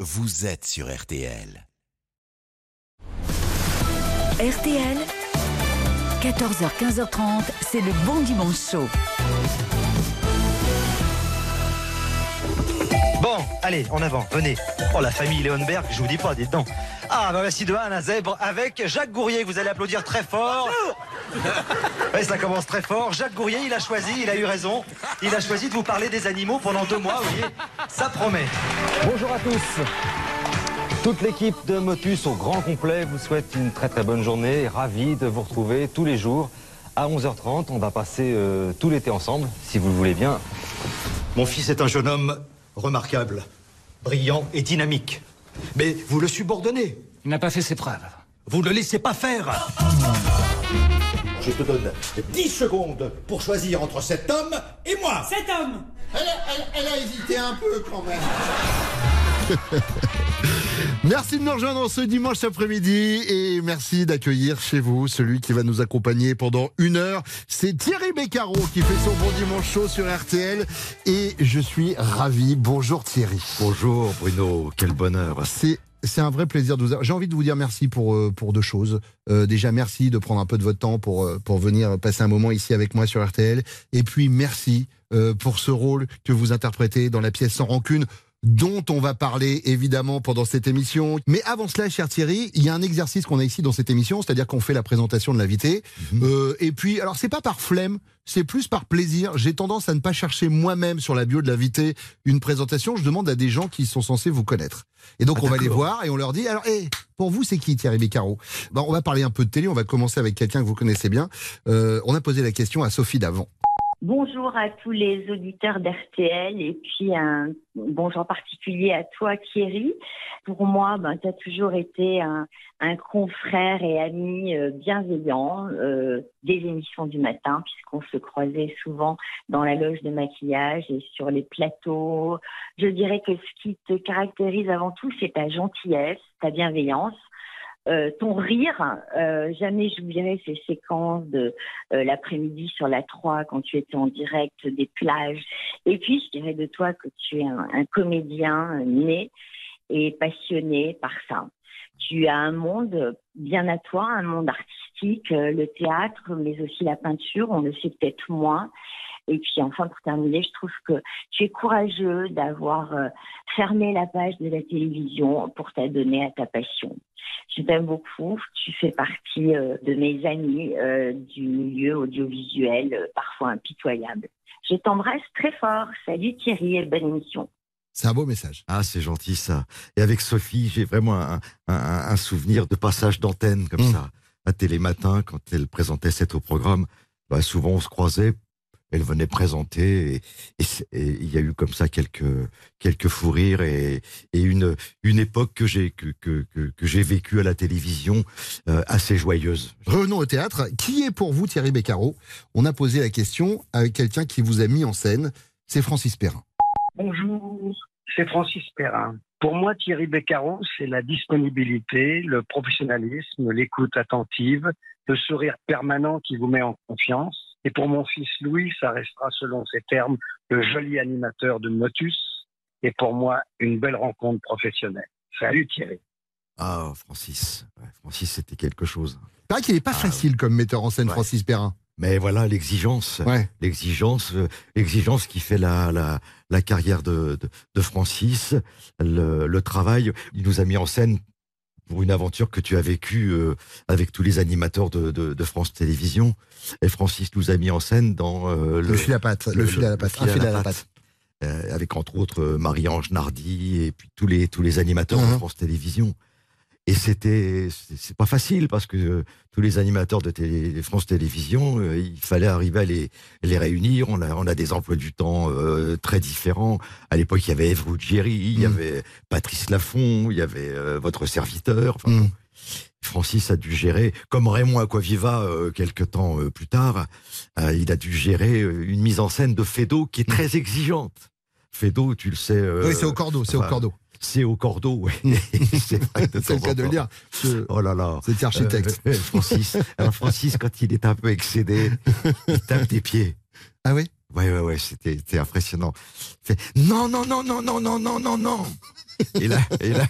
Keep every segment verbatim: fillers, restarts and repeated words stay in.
vous êtes sur R T L. R T L, quatorze heures quinze heures trente, c'est le Bon Dimanche Show. Bon, allez, en avant, venez. Oh, la famille Léonberg, je vous dis pas, dites donc. Ah, bah voici de Anna Zèbre avec Jacques Gourrier. Vous allez applaudir très fort. Oui, ça commence très fort. Jacques Gourrier, il a choisi, il a eu raison. Il a choisi de vous parler des animaux pendant deux mois, vous voyez. Ça promet. Bonjour à tous. Toute l'équipe de Motus au grand complet vous souhaite une très très bonne journée. Ravi de vous retrouver tous les jours à onze heures trente. On va passer euh, tout l'été ensemble, si vous le voulez bien. Mon fils est un jeune homme remarquable, brillant et dynamique. Mais vous le subordonnez. Il n'a pas fait ses preuves. Vous ne le laissez pas faire. Je te donne dix secondes pour choisir entre cet homme et moi. Cet homme. Elle a, elle, elle a hésité un peu quand même. Merci de nous rejoindre ce dimanche après-midi et merci d'accueillir chez vous celui qui va nous accompagner pendant une heure. C'est Thierry Beccaro qui fait son Bon Dimanche Show sur R T L et je suis ravi. Bonjour Thierry. Bonjour Bruno, quel bonheur. C'est C'est un vrai plaisir de vous avoir. J'ai envie de vous dire merci pour, euh, pour deux choses. Euh, déjà, merci de prendre un peu de votre temps pour, euh, pour venir passer un moment ici avec moi sur R T L. Et puis, merci euh, pour ce rôle que vous interprétez dans la pièce Sans Rancune, dont on va parler évidemment pendant cette émission. Mais avant cela, cher Thierry, il y a un exercice qu'on a ici dans cette émission, c'est-à-dire qu'on fait la présentation de l'invité. Mmh. Euh, et puis, alors c'est pas par flemme, c'est plus par plaisir. J'ai tendance à ne pas chercher moi-même sur la bio de l'invité une présentation. Je demande à des gens qui sont censés vous connaître. Et donc ah, on va les voir et on leur dit, alors, hey, pour vous, c'est qui Thierry Beccaro? Bon, on va parler un peu de télé, on va commencer avec quelqu'un que vous connaissez bien. Euh, on a posé la question à Sophie Davant. Bonjour à tous les auditeurs d'R T L et puis un bonjour particulier à toi Thierry. Pour moi, ben, tu as toujours été un, un confrère et ami euh, bienveillant euh, des émissions du matin puisqu'on se croisait souvent dans la loge de maquillage et sur les plateaux. Je dirais que ce qui te caractérise avant tout, c'est ta gentillesse, ta bienveillance. Euh, ton rire, euh, jamais j'oublierai ces séquences de euh, l'après-midi sur la trois quand tu étais en direct des plages. Et puis, je dirais de toi que tu es un, un comédien né et passionné par ça. Tu as un monde bien à toi, un monde artistique, euh, le théâtre, mais aussi la peinture, on le sait peut-être moins. Et puis enfin, pour terminer, je trouve que tu es courageux d'avoir euh, fermé la page de la télévision pour t'adonner à ta passion. Je t'aime beaucoup, tu fais partie euh, de mes amis euh, du milieu audiovisuel, euh, parfois impitoyable. Je t'embrasse très fort. Salut Thierry et bonne émission. C'est un beau message. Ah, c'est gentil ça. Et avec Sophie, j'ai vraiment un, un, un souvenir de passage d'antenne comme mmh. ça, à Télématin, quand elle présentait cet au programme. Bah, souvent, on se croisait. Elle venait présenter et il y a eu comme ça quelques quelques fous rires et, et une une époque que j'ai que que que, que j'ai vécue à la télévision euh, assez joyeuse. Revenons au théâtre. Qui est pour vous Thierry Beccaro? On a posé la question à quelqu'un qui vous a mis en scène. C'est Francis Perrin. Bonjour, c'est Francis Perrin. Pour moi, Thierry Beccaro, c'est la disponibilité, le professionnalisme, l'écoute attentive, le sourire permanent qui vous met en confiance. Et pour mon fils Louis, ça restera, selon ses termes, le joli animateur de Motus. Et pour moi, une belle rencontre professionnelle. Salut Thierry. Ah, Francis. Ouais, Francis, c'était quelque chose. C'est vrai qu'il n'est pas ah, facile comme metteur en scène, ouais. Francis Perrin. Mais voilà, l'exigence. Ouais. L'exigence, euh, l'exigence qui fait la, la, la carrière de, de, de Francis. Le, le travail, il nous a mis en scène pour une aventure que tu as vécue euh, avec tous les animateurs de, de, de France Télévisions. Et Francis nous a mis en scène dans... Euh, le, le fil à patte. Le, le fil à la patte. Le fil à la patte. Euh, avec entre autres euh, Marie-Ange Nardi et puis tous les, tous les animateurs mmh. de France Télévisions. Et c'était, c'est, c'est pas facile parce que euh, tous les animateurs de télé, France Télévisions, euh, il fallait arriver à les, les réunir. On a, on a des emplois du temps euh, très différents. À l'époque, il y avait Ève Ruggieri, il y mmh. avait Patrice Laffont, il y avait euh, votre serviteur. Enfin, mmh. Francis a dû gérer, comme Raymond Acquaviva, euh, quelques temps euh, plus tard, euh, il a dû gérer euh, une mise en scène de Feydeau qui est très exigeante. Feydeau, tu le sais. Euh, oui, c'est au cordeau, c'est enfin, au cordeau. C'est au cordeau, oui. C'est vrai que c'est le cas de le dire. Je... Oh là là. C'est architecte. Euh, Francis, alors Francis, quand il est un peu excédé, il tape des pieds. Ah oui? Ouais, ouais, ouais, c'était, c'était impressionnant. Fait, non, non, non, non, non, non, non, non, non. Et là, et là,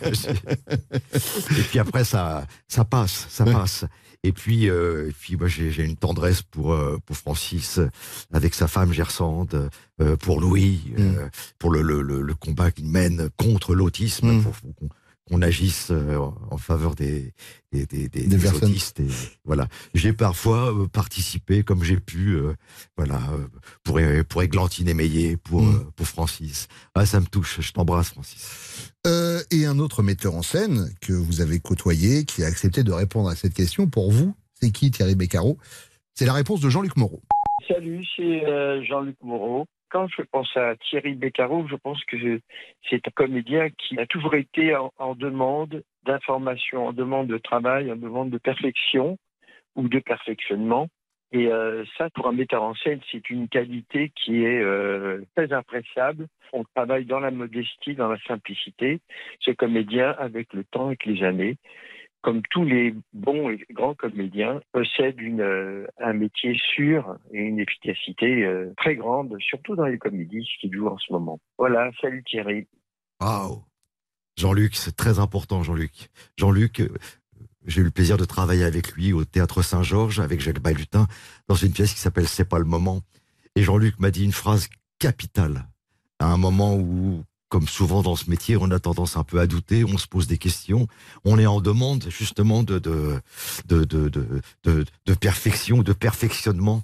et puis après ça, ça passe, ça passe. Et puis, euh, et puis moi j'ai, j'ai une tendresse pour euh, pour Francis, avec sa femme Gersande, euh, pour Louis, euh, mm. pour le, le le le combat qu'il mène contre l'autisme, mm. pour, pour qu'on, qu'on agisse euh, en faveur des des des, des, des, des autistes. Et, voilà. J'ai parfois euh, participé comme j'ai pu, euh, voilà, euh, pour pour Églantine Émeillé, pour mm. euh, pour Francis. Ah, ça me touche. Je t'embrasse, Francis. Euh, et un autre metteur en scène que vous avez côtoyé, qui a accepté de répondre à cette question pour vous, c'est qui, Thierry Beccaro? C'est la réponse de Jean-Luc Moreau. Salut, c'est euh, Jean-Luc Moreau. Quand je pense à Thierry Beccaro, je pense que c'est un comédien qui a toujours été en, en demande d'information, en demande de travail, en demande de perfection ou de perfectionnement. Et euh, ça, pour un metteur en scène, c'est une qualité qui est euh, très appréciable. On travaille dans la modestie, dans la simplicité. Ce comédien, avec le temps, avec les années, comme tous les bons et grands comédiens, possède une, euh, un métier sûr et une efficacité euh, très grande, surtout dans les comédies qu'il joue en ce moment. Voilà, salut Thierry. Waouh, Jean-Luc, c'est très important, Jean-Luc. Jean-Luc, euh, j'ai eu le plaisir de travailler avec lui au Théâtre Saint-Georges, avec Jacques Balutin, dans une pièce qui s'appelle « C'est pas le moment ». Et Jean-Luc m'a dit une phrase capitale, à un moment où, comme souvent dans ce métier, on a tendance un peu à douter, on se pose des questions, on est en demande justement de, de, de, de, de, de, de perfection, de perfectionnement.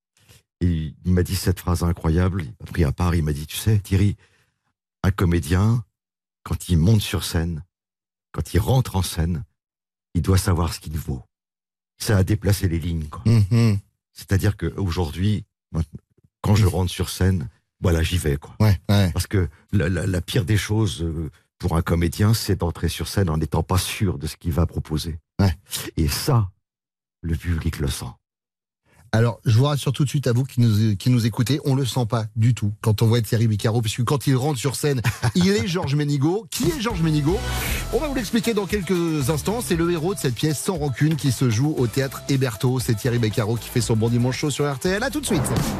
Et il m'a dit cette phrase incroyable, il m'a pris à part, il m'a dit, tu sais Thierry, un comédien, quand il monte sur scène, quand il rentre en scène, il doit savoir ce qu'il vaut. Ça a déplacé les lignes, quoi. Mmh. C'est-à-dire qu'aujourd'hui, quand je rentre sur scène, voilà, j'y vais, quoi. Ouais, ouais. Parce que la, la, la pire des choses pour un comédien, c'est d'entrer sur scène en n'étant pas sûr de ce qu'il va proposer. Ouais. Et ça, le public le sent. Alors, je vous rassure tout de suite à vous qui nous, qui nous écoutez, on le sent pas du tout quand on voit Thierry Beccaro, puisque quand il rentre sur scène, il est Georges Ménigaud. Qui est Georges Ménigaud? On va vous l'expliquer dans quelques instants. C'est le héros de cette pièce Sans rancune qui se joue au théâtre Hébertot. C'est Thierry Beccaro qui fait son Bon Dimanche Show sur R T L. À tout de suite.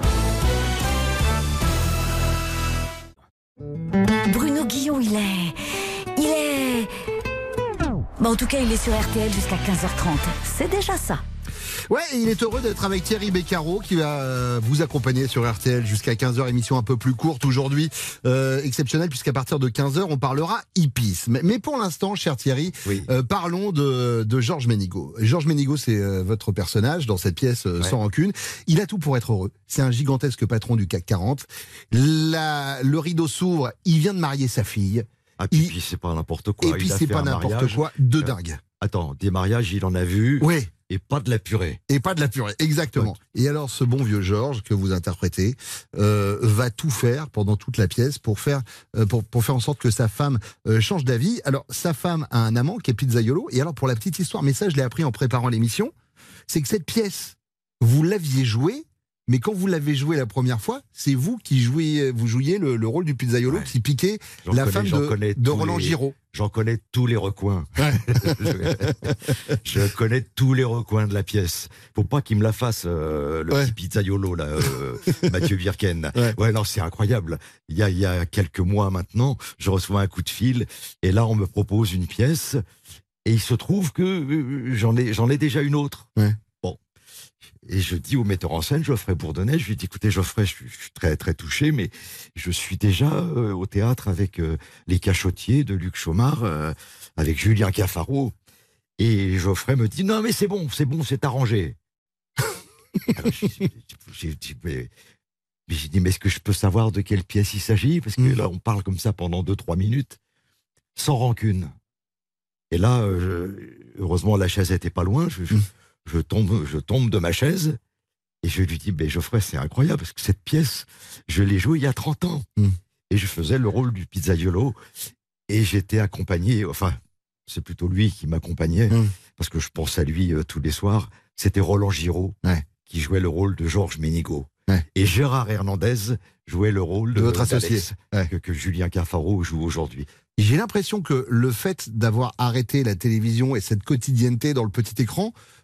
Bruno Guillon, il est... Il est... Bon, en tout cas, il est sur R T L jusqu'à quinze heures trente. C'est déjà ça. Ouais, et il est heureux d'être avec Thierry Beccaro qui va euh, vous accompagner sur R T L jusqu'à quinze heures, émission un peu plus courte aujourd'hui, euh, exceptionnelle, puisqu'à partir de quinze heures, on parlera hippisme. Mais pour l'instant, cher Thierry, oui. euh, parlons de, de Georges Ménigaud. Georges Ménigaud, c'est euh, votre personnage dans cette pièce euh, ouais. Sans rancune. Il a tout pour être heureux. C'est un gigantesque patron du C A C quarante. La, le rideau s'ouvre, il vient de marier sa fille. Ah, puis, il... puis c'est pas n'importe quoi. Et puis c'est pas n'importe quoi, de dingue. Attends, des mariages, il en a vu. Oui. Et pas de la purée. Et pas de la purée, exactement. Ouais. Et alors, ce bon vieux Georges que vous interprétez euh, va tout faire pendant toute la pièce pour faire euh, pour pour faire en sorte que sa femme euh, change d'avis. Alors, sa femme a un amant qui est pizzaiolo. Et alors, pour la petite histoire, mais ça, je l'ai appris en préparant l'émission, c'est que cette pièce, vous l'aviez jouée, mais quand vous l'avez jouée la première fois, c'est vous qui jouiez, vous jouiez le, le rôle du pizzaiolo ouais. qui piquait j'en la connais, femme de, de Roland les, Giraud. J'en connais tous les recoins. Ouais. je, je connais tous les recoins de la pièce. Faut pas qu'il me la fasse, euh, le ouais. petit pizzaiolo, là, euh, Mathieu Birken. Ouais. ouais, non, c'est incroyable. Il y, a, il y a quelques mois maintenant, je reçois un coup de fil, et là, on me propose une pièce, et il se trouve que euh, j'en ai, j'en ai déjà une autre. Ouais. Et je dis au metteur en scène, Geoffrey Bourdonnais, je lui dis, écoutez Geoffrey, je suis, je suis très très touché, mais je suis déjà euh, au théâtre avec euh, Les Cachotiers de Luc Chaumard, euh, avec Julien Cafaro. Et Geoffrey me dit, non mais c'est bon, c'est bon, c'est arrangé. Alors, j'ai, j'ai dit, mais, mais j'ai dit, mais est-ce que je peux savoir de quelle pièce il s'agit? Parce que mmh. là, on parle comme ça pendant deux trois minutes, sans rancune. Et là, euh, heureusement, la chaise était pas loin, je... je mmh. Je tombe, je tombe de ma chaise et je lui dis, mais Geoffrey, c'est incroyable parce que cette pièce, je l'ai jouée il y a trente ans. Mmh. Et je faisais le rôle du pizzaiolo et j'étais accompagné, enfin, c'est plutôt lui qui m'accompagnait mmh. parce que je pense à lui euh, tous les soirs. C'était Roland Giraud ouais. qui jouait le rôle de Georges Ménigaud. Ouais. Et Gérard Hernandez jouait le rôle de, de votre associé ouais. que, que Julien Cafaro joue aujourd'hui. J'ai l'impression que le fait d'avoir arrêté la télévision et cette quotidienneté dans le petit écran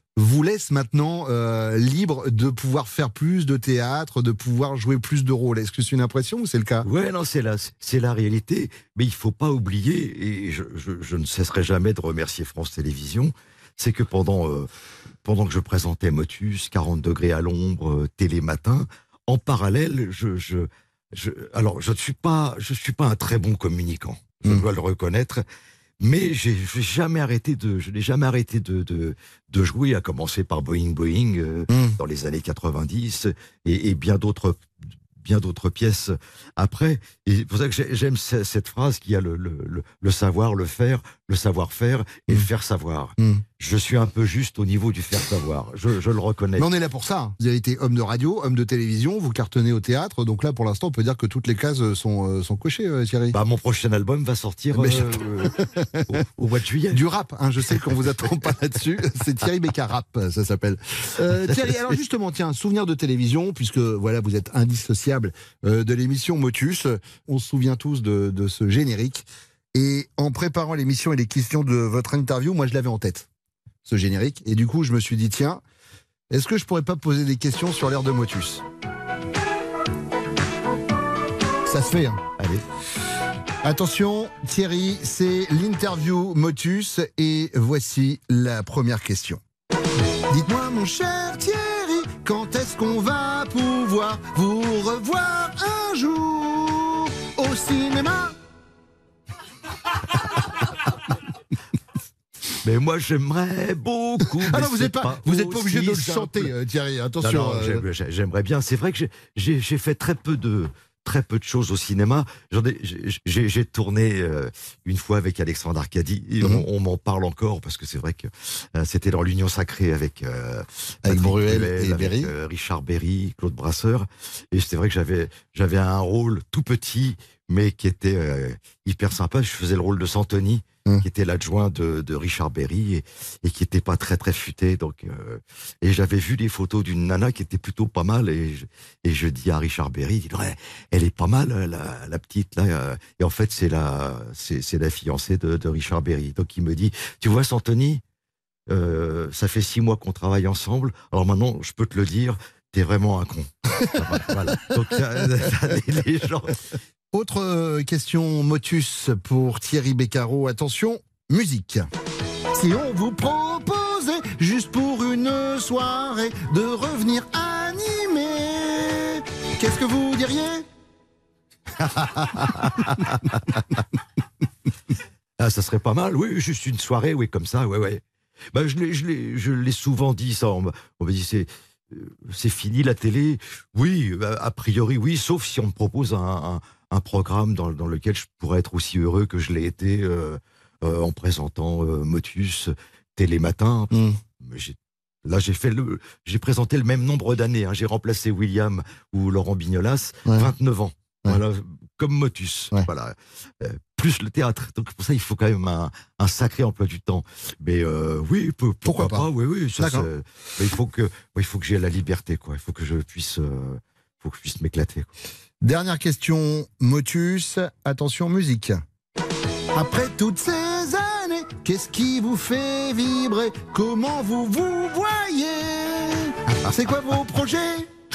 vous laisse maintenant euh, libre de pouvoir faire plus de théâtre, de pouvoir jouer plus de rôles. Est-ce que c'est une impression ou c'est le cas ? Ouais, non, c'est la, c'est la réalité. Mais il faut pas oublier, et je, je, je ne cesserai jamais de remercier France Télévisions, c'est que pendant, euh, pendant que je présentais Motus, quarante degrés à l'ombre, euh, Télé Matin, en parallèle, je, je, je, alors je ne suis pas, je suis pas un très bon communicant, je mmh. dois le reconnaître. Mais j'ai, j'ai jamais arrêté de, je n'ai jamais arrêté de, de, de jouer, à commencer par Boing Boing euh, mmh. dans les années quatre-vingt-dix et, et bien d'autres, bien d'autres pièces après. Et c'est pour ça que j'aime cette phrase qui a le, le, le, le savoir, le faire, le savoir-faire et mmh. le faire savoir. Mmh. Je suis un peu juste au niveau du faire savoir. Je, je le reconnais. Mais on est là pour ça. Vous avez été homme de radio, homme de télévision, vous cartonnez au théâtre. Donc là, pour l'instant, on peut dire que toutes les cases sont, sont cochées, euh, Thierry. Bah, mon prochain album va sortir euh, euh, au, au mois de juillet. Du rap, hein, je sais qu'on vous attend pas là-dessus. C'est Thierry Beccaro Rap, ça s'appelle. Euh, Thierry, alors justement, tiens, souvenir de télévision, puisque voilà, vous êtes indissociable euh, de l'émission Motus. On se souvient tous de, de ce générique. Et en préparant l'émission et les questions de votre interview, moi, je l'avais en tête, ce générique. Et du coup, je me suis dit, tiens, est-ce que je pourrais pas poser des questions sur l'air de Motus ? Ça se fait, hein. Allez. Attention, Thierry, c'est l'interview Motus. Et voici la première question. Dites-moi, mon cher Thierry, quand est-ce qu'on va pouvoir vous revoir un jour au cinéma ? Mais moi, j'aimerais beaucoup. Ah non, vous n'êtes pas, pas, vous êtes pas obligé de le chanter, euh, Thierry. Attention. Non, non, euh... j'aimerais bien. C'est vrai que j'ai, j'ai fait très peu de, très peu de choses au cinéma. J'en ai, j'ai, j'ai tourné euh, une fois avec Alexandre Arcadi. Et mm-hmm. on, on m'en parle encore parce que c'est vrai que euh, c'était dans l'Union Sacrée avec euh, avec Bruel et avec, Berry, euh, Richard Berry, Claude Brasseur. Et c'est vrai que j'avais, j'avais un rôle tout petit, mais qui était euh, hyper sympa. Je faisais le rôle de Santoni, mmh. qui était l'adjoint de, de Richard Berry et, et qui était pas très très futé. Donc, euh, et j'avais vu des photos d'une nana qui était plutôt pas mal et je, et je dis à Richard Berry, ouais, elle est pas mal la, la petite là. Et en fait, c'est la c'est, c'est la fiancée de, de Richard Berry. Donc il me dit, tu vois Santoni, euh, ça fait six mois qu'on travaille ensemble. Alors maintenant, je peux te le dire, t'es vraiment un con. Voilà. Donc les, les gens. Autre question Motus pour Thierry Beccaro. Attention, musique. Si on vous proposait, juste pour une soirée, de revenir animer, qu'est-ce que vous diriez ? Ah, ça serait pas mal, oui, juste une soirée, oui, comme ça, ouais, ouais. Bah, je l'ai, je l'ai, je l'ai souvent dit, ça, on m'a dit, c'est... c'est fini la télé. Oui, a priori oui, sauf si on me propose un, un, un programme dans, dans lequel je pourrais être aussi heureux que je l'ai été euh, euh, en présentant euh, Motus, Télé Matin. Mmh. J'ai, là, j'ai fait le, j'ai présenté le même nombre d'années. Hein. J'ai remplacé William ou Laurent Bignolas, ouais. vingt-neuf ans. Ouais. Voilà, comme Motus. Ouais. Voilà. Euh, plus le théâtre. Donc pour ça, il faut quand même un, un sacré emploi du temps. Mais euh, oui, pourquoi, pourquoi pas, pas. Oui, oui. Ça, il faut que, il faut que j'ai la liberté, quoi. Il faut que je puisse, euh, faut que je puisse m'éclater, quoi. Dernière question, Motus. Attention, musique. Après toutes ces années, qu'est-ce qui vous fait vibrer ? Comment vous vous voyez ? C'est quoi vos projets ?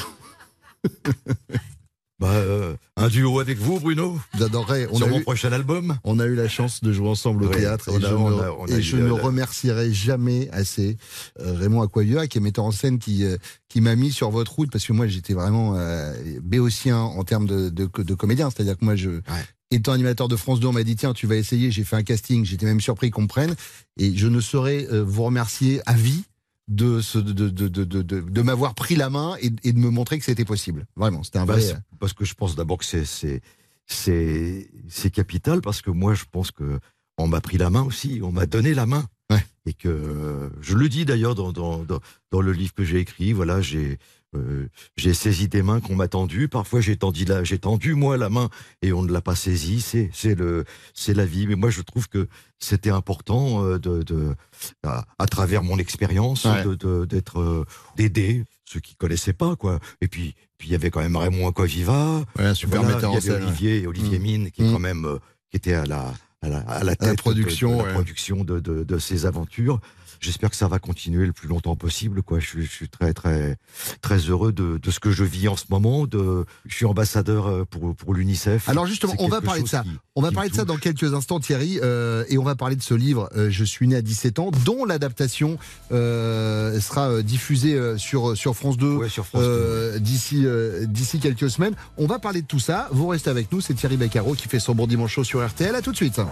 Bah, euh, un duo avec vous, Bruno. J'adorerais. On Sur a mon eu, prochain album. On a eu la chance de jouer ensemble au oui, théâtre et, a, je, on me, a, on a et je ne la... remercierai jamais assez euh, Raymond Acquaviva, qui est metteur en scène, qui, euh, qui m'a mis sur votre route, parce que moi j'étais vraiment euh, béotien en termes de, de, de comédien. C'est-à-dire que moi, je, ouais. étant animateur de France deux, on m'a dit tiens, tu vas essayer. J'ai fait un casting, j'étais même surpris qu'on me prenne. Et je ne saurais euh, vous remercier à vie de, ce, de, de, de, de, de, de m'avoir pris la main et, et de me montrer que c'était possible. Vraiment, c'était un bah, vrai... Parce que je pense d'abord que c'est, c'est, c'est, c'est capital, parce que moi, je pense que on m'a pris la main aussi, on m'a donné la main. Ouais. Et que, euh, je le dis d'ailleurs dans, dans, dans, dans le livre que j'ai écrit, voilà, j'ai... Euh, j'ai saisi des mains qu'on m'a tendues. Parfois, j'ai tendu, la, j'ai tendu moi la main et on ne l'a pas saisie. C'est, c'est le, c'est la vie. Mais moi, je trouve que c'était important euh, de, de, à, à travers mon expérience, ouais. de, de, d'être, euh, d'aider ceux qui connaissaient pas, quoi. Et puis, puis il y avait quand même Raymond Acquaviva. Ouais, super voilà, metteur en scène. Olivier, ouais. Olivier mmh. Mine, qui mmh. est quand même, euh, qui était à la, à la, à la tête à la production, de, de, ouais. la production de, de, de ces aventures. j'espère que ça va continuer le plus longtemps possible, quoi. Je, je suis très, très, très heureux de, de ce que je vis en ce moment. De, je suis ambassadeur pour, pour l'UNICEF. Alors justement, on va parler de ça. Qui, on va parler de ça dans quelques instants, Thierry, euh, et on va parler de ce livre, euh, Je suis né à dix-sept ans, dont l'adaptation euh, sera diffusée sur, sur France deux, ouais, sur France euh, deux. d'ici, euh, d'ici quelques semaines. On va parler de tout ça. Vous restez avec nous. C'est Thierry Beccaro qui fait son Bon Dimanche Show sur R T L. À tout de suite.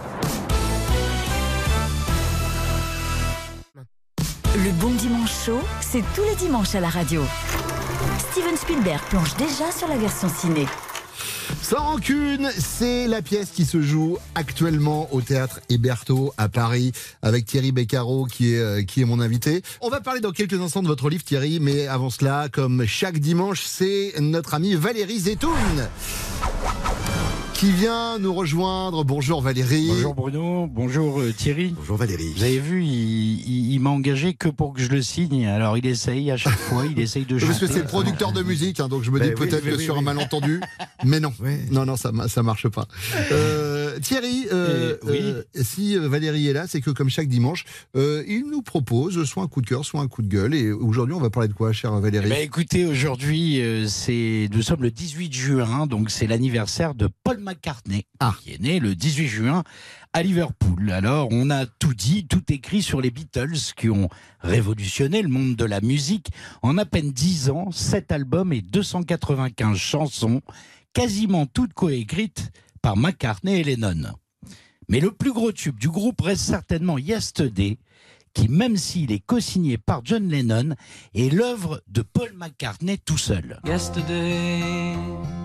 Le Bon Dimanche Show, c'est tous les dimanches à la radio. Steven Spielberg plonge déjà sur la version ciné. Sans rancune, c'est la pièce qui se joue actuellement au théâtre Hébertot à Paris avec Thierry Beccaro qui est, euh, qui est mon invité. On va parler dans quelques instants de votre livre, Thierry, mais avant cela, comme chaque dimanche, c'est notre amie Valérie Zetoun qui vient nous rejoindre. Bonjour Valérie. Bonjour Bruno, bonjour euh, Thierry. Bonjour Valérie. Vous avez vu, il, il, il m'a engagé que pour que je le signe. Alors il essaye à chaque fois, il essaye de chanter. Parce que c'est le producteur de musique, hein, donc je me dis ben peut-être oui, que oui, sur oui. un malentendu. Mais non, oui. non, non, ça, ça marche pas. Euh, Thierry, euh, oui. euh, si Valérie est là, c'est que comme chaque dimanche, euh, il nous propose soit un coup de cœur, soit un coup de gueule. Et aujourd'hui, on va parler de quoi, chère Valérie? Eh ben, écoutez, aujourd'hui, euh, c'est nous sommes le dix-huit juin, donc c'est l'anniversaire de Paul McCartney, ah. qui est né le dix-huit juin à Liverpool. Alors, on a tout dit, tout écrit sur les Beatles qui ont révolutionné le monde de la musique. En à peine dix ans, sept albums et deux cent quatre-vingt-quinze chansons, quasiment toutes coécrites par McCartney et Lennon. Mais le plus gros tube du groupe reste certainement Yesterday, qui, même s'il est co-signé par John Lennon, est l'œuvre de Paul McCartney tout seul. Yesterday,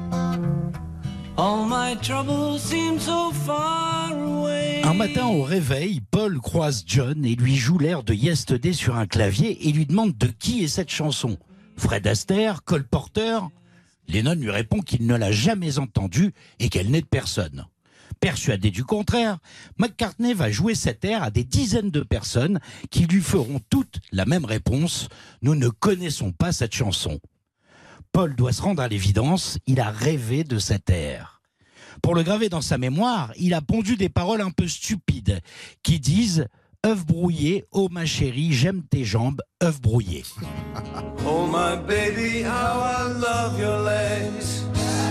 all my troubles seem so far away. Un matin au réveil, Paul croise John et lui joue l'air de Yesterday sur un clavier et lui demande de qui est cette chanson. Fred Astaire, Cole Porter? Lennon lui répond qu'il ne l'a jamais entendue et qu'elle n'est de personne. Persuadé du contraire, McCartney va jouer cet air à des dizaines de personnes qui lui feront toutes la même réponse « Nous ne connaissons pas cette chanson ». Paul doit se rendre à l'évidence, il a rêvé de cet air. Pour le graver dans sa mémoire, il a pondu des paroles un peu stupides qui disent « œuf brouillé, oh ma chérie, j'aime tes jambes, œuf brouillé ». Oh my baby, how I love your legs.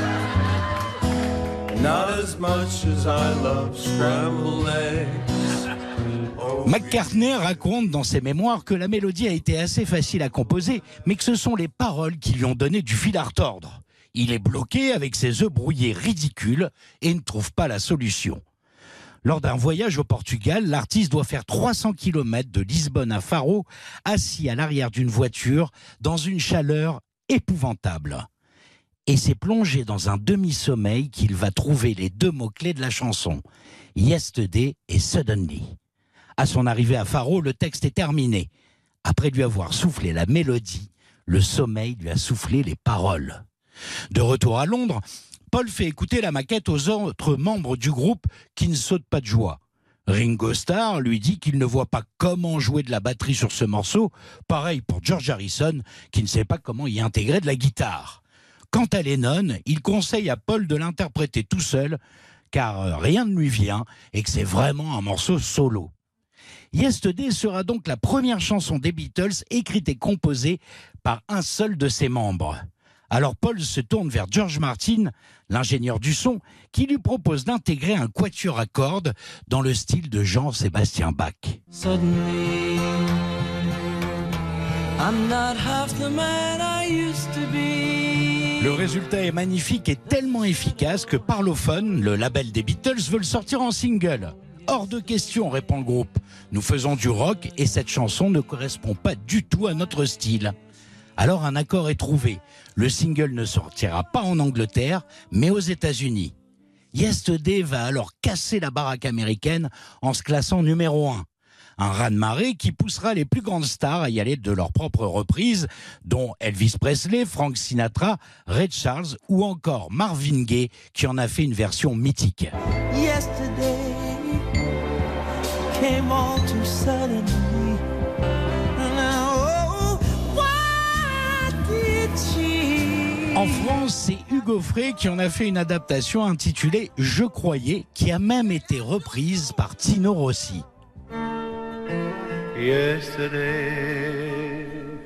Not as much as I love scrambled eggs. Oh. McCartney raconte dans ses mémoires que la mélodie a été assez facile à composer, mais que ce sont les paroles qui lui ont donné du fil à retordre. Il est bloqué avec ses œufs brouillés ridicules et ne trouve pas la solution. Lors d'un voyage au Portugal, l'artiste doit faire trois cents kilomètres de Lisbonne à Faro, assis à l'arrière d'une voiture, dans une chaleur épouvantable. Et c'est plongé dans un demi-sommeil qu'il va trouver les deux mots-clés de la chanson, Yesterday et Suddenly. À son arrivée à Faro, le texte est terminé. Après lui avoir soufflé la mélodie, le sommeil lui a soufflé les paroles. De retour à Londres, Paul fait écouter la maquette aux autres membres du groupe qui ne sautent pas de joie. Ringo Starr lui dit qu'il ne voit pas comment jouer de la batterie sur ce morceau, pareil pour George Harrison qui ne sait pas comment y intégrer de la guitare. Quant à Lennon, il conseille à Paul de l'interpréter tout seul, car rien ne lui vient et que c'est vraiment un morceau solo. Yesterday sera donc la première chanson des Beatles écrite et composée par un seul de ses membres. Alors Paul se tourne vers George Martin, l'ingénieur du son, qui lui propose d'intégrer un quatuor à cordes dans le style de Jean-Sébastien Bach. Suddenly, I'm not half the man I used to be. Le résultat est magnifique et tellement efficace que Parlophone, le label des Beatles, veut le sortir en single. Hors de question, répond le groupe. Nous faisons du rock et cette chanson ne correspond pas du tout à notre style. Alors un accord est trouvé. Le single ne sortira pas en Angleterre, mais aux États-Unis. Yesterday va alors casser la baraque américaine en se classant numéro un. Un raz-de-marée qui poussera les plus grandes stars à y aller de leurs propres reprises, dont Elvis Presley, Frank Sinatra, Ray Charles ou encore Marvin Gaye, qui en a fait une version mythique. Yesterday came all too suddenly. En France, c'est Hugo Frey qui en a fait une adaptation intitulée « Je croyais », qui a même été reprise par Tino Rossi. yesterday.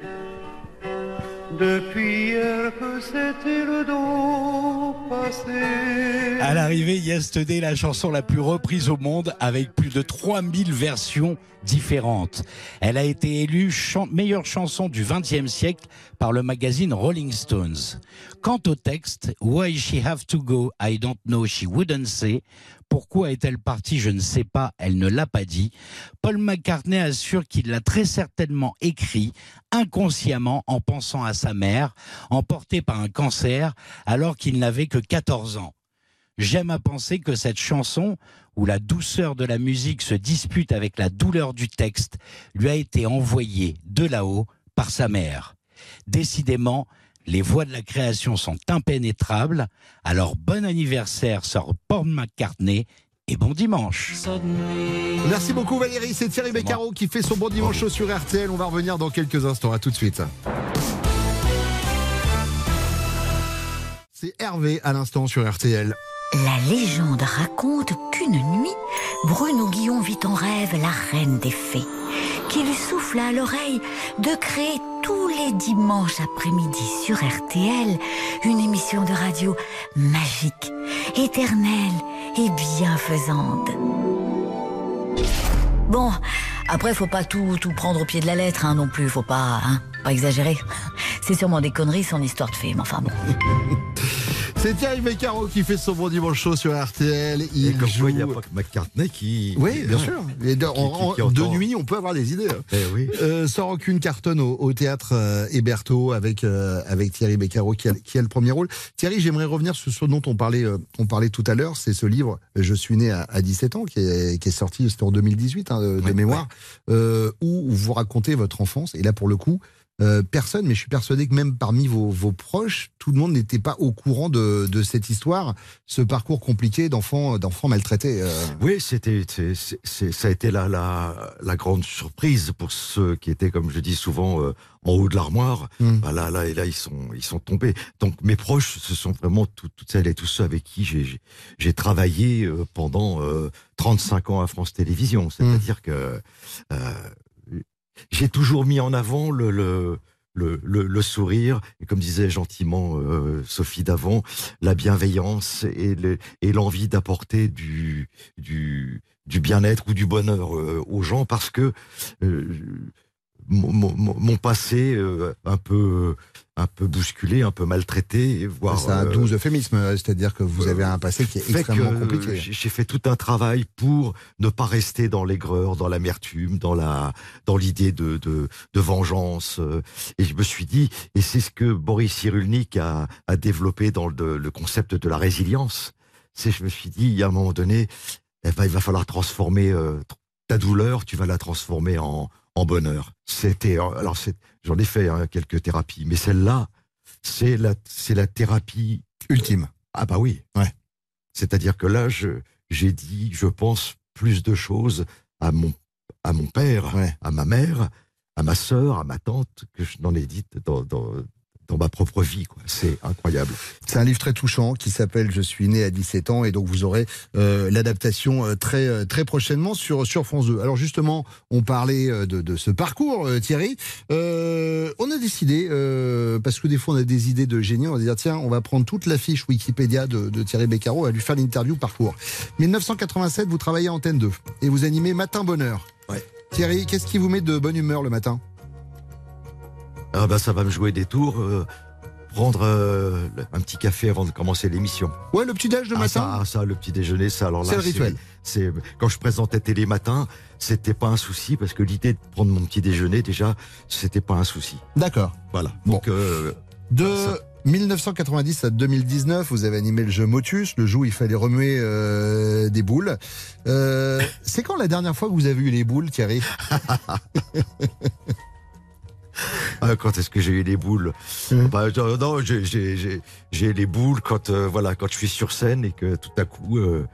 Depuis hier que c'était le dos passé. À l'arrivée, Yesterday, la chanson la plus reprise au monde avec plus de trois mille versions différentes. Elle a été élue chan- meilleure chanson du vingtième siècle par le magazine Rolling Stones. Quant au texte, Why she have to go, I don't know, she wouldn't say. Pourquoi est-elle partie, je ne sais pas, elle ne l'a pas dit. Paul McCartney assure qu'il l'a très certainement écrit inconsciemment en pensant à sa mère, emportée par un cancer alors qu'il n'avait que quatorze ans. J'aime à penser que cette chanson, où la douceur de la musique se dispute avec la douleur du texte, lui a été envoyée de là-haut par sa mère. Décidément, les voies de la création sont impénétrables. Alors bon anniversaire, Sir Paul McCartney, et bon dimanche. Merci beaucoup Valérie, c'est Thierry Beccaro qui fait son bon dimanche chaud sur R T L. On va revenir dans quelques instants, à tout de suite. C'est Hervé à l'instant sur R T L. La légende raconte qu'une nuit, Bruno Guillon vit en rêve la reine des fées, qui lui souffla à l'oreille de créer tous les dimanches après-midi sur R T L une émission de radio magique, éternelle et bienfaisante. Bon, après faut pas tout, tout prendre au pied de la lettre hein, non plus, faut pas, hein, pas exagérer. C'est sûrement des conneries son histoire de fée, mais enfin bon. C'est Thierry Beccaro qui fait son bon dimanche chaud sur R T L. Il Et comme joue... quoi, il n'y a pas que McCartney qui... Oui, bien hein, sûr. Et de, qui- en, qui- qui en- de entend. nuit, on peut avoir des idées. Eh oui. Euh, Sans aucune cartonne au, au théâtre euh, Héberto avec euh, avec Thierry Beccaro qui a, qui a le premier rôle. Thierry, j'aimerais revenir sur ce dont on parlait euh, on parlait tout à l'heure. C'est ce livre Je suis né à, à dix-sept ans qui est, qui est sorti, c'était en deux mille dix-huit hein, de, de Ouais, mémoire, euh, où vous racontez votre enfance. Et là, pour le coup. Euh, personne, mais je suis persuadé que même parmi vos, vos proches, tout le monde n'était pas au courant de, de cette histoire, ce parcours compliqué d'enfants, d'enfants maltraités. Euh. Oui, c'était, c'est, c'est- c'est- ça a été la, la, la grande surprise pour ceux qui étaient, comme je dis souvent, euh, en haut de l'armoire. Mm. Bah là, là, et là, ils sont, ils sont tombés. Donc, mes proches, ce sont vraiment tout- toutes celles et tous ceux avec qui j'ai, j'ai, j'ai travaillé euh, pendant euh, trente-cinq ans à France Télévisions. C'est-à-dire que euh, j'ai toujours mis en avant le, le, le, le, le sourire, et comme disait gentiment euh, Sophie Davant, la bienveillance et, le, et l'envie d'apporter du, du, du bien-être ou du bonheur euh, aux gens, parce que euh, mon, mon, mon passé euh, un peu un peu bousculé, un peu maltraité, voire C'est un euh, doux euphémisme, c'est-à-dire que vous avez un passé qui est fait extrêmement que, compliqué. euh, J'ai j'ai fait tout un travail pour ne pas rester dans l'aigreur, dans l'amertume, dans la, dans l'idée de, de, de vengeance. euh, Et je me suis dit, et c'est ce que Boris Cyrulnik a, a développé dans le, le concept de la résilience. C'est, je me suis dit, il y a un moment donné, eh ben, il va falloir transformer euh, ta douleur, tu vas la transformer en, en bonheur. C'était, alors c'est, j'en ai fait hein, quelques thérapies, mais celle-là, c'est la, c'est la thérapie Ultime. Ah bah oui. Ouais. C'est-à-dire que là, je, j'ai dit, je pense, plus de choses à mon, à mon père, Ouais. à ma mère, à ma sœur, à ma tante, que je n'en ai dit dans, dans, dans ma propre vie, quoi. C'est incroyable. C'est un livre très touchant qui s'appelle Je suis né à dix-sept ans, et donc vous aurez euh, l'adaptation euh, très euh, très prochainement sur sur France deux. Alors justement, on parlait euh, de, de ce parcours, euh, Thierry. Euh, on a décidé, euh, parce que des fois on a des idées de génie, on va dire tiens, on va prendre toute la fiche Wikipédia de, de Thierry Beccaro, à lui faire l'interview parcours. mille neuf cent quatre-vingt-sept, vous travaillez à Antenne deux et vous animez Matin Bonheur. Ouais. Thierry, qu'est-ce qui vous met de bonne humeur le matin? Ah bah ça va me jouer des tours. euh, prendre euh, un petit café avant de commencer l'émission. Ouais, le petit déj le Ah, matin. ça, ah, ça, le petit déjeuner, ça. Alors là, C'est le rituel. C'est quand je présentais Télé Matin, c'était pas un souci parce que l'idée de prendre mon petit déjeuner, déjà, c'était pas un souci. D'accord. Voilà. Bon. Donc euh, De ça. mille neuf cent quatre-vingt-dix à deux mille dix-neuf, vous avez animé le jeu Motus, le jeu où il fallait remuer euh, des boules. Euh, c'est quand la dernière fois que vous avez eu les boules, Thierry? Ah, quand est-ce que j'ai eu les boules Mmh. bah, euh, Non, j'ai- j'ai j'ai- j'ai les boules quand euh, voilà quand je suis sur scène et que tout à coup euh,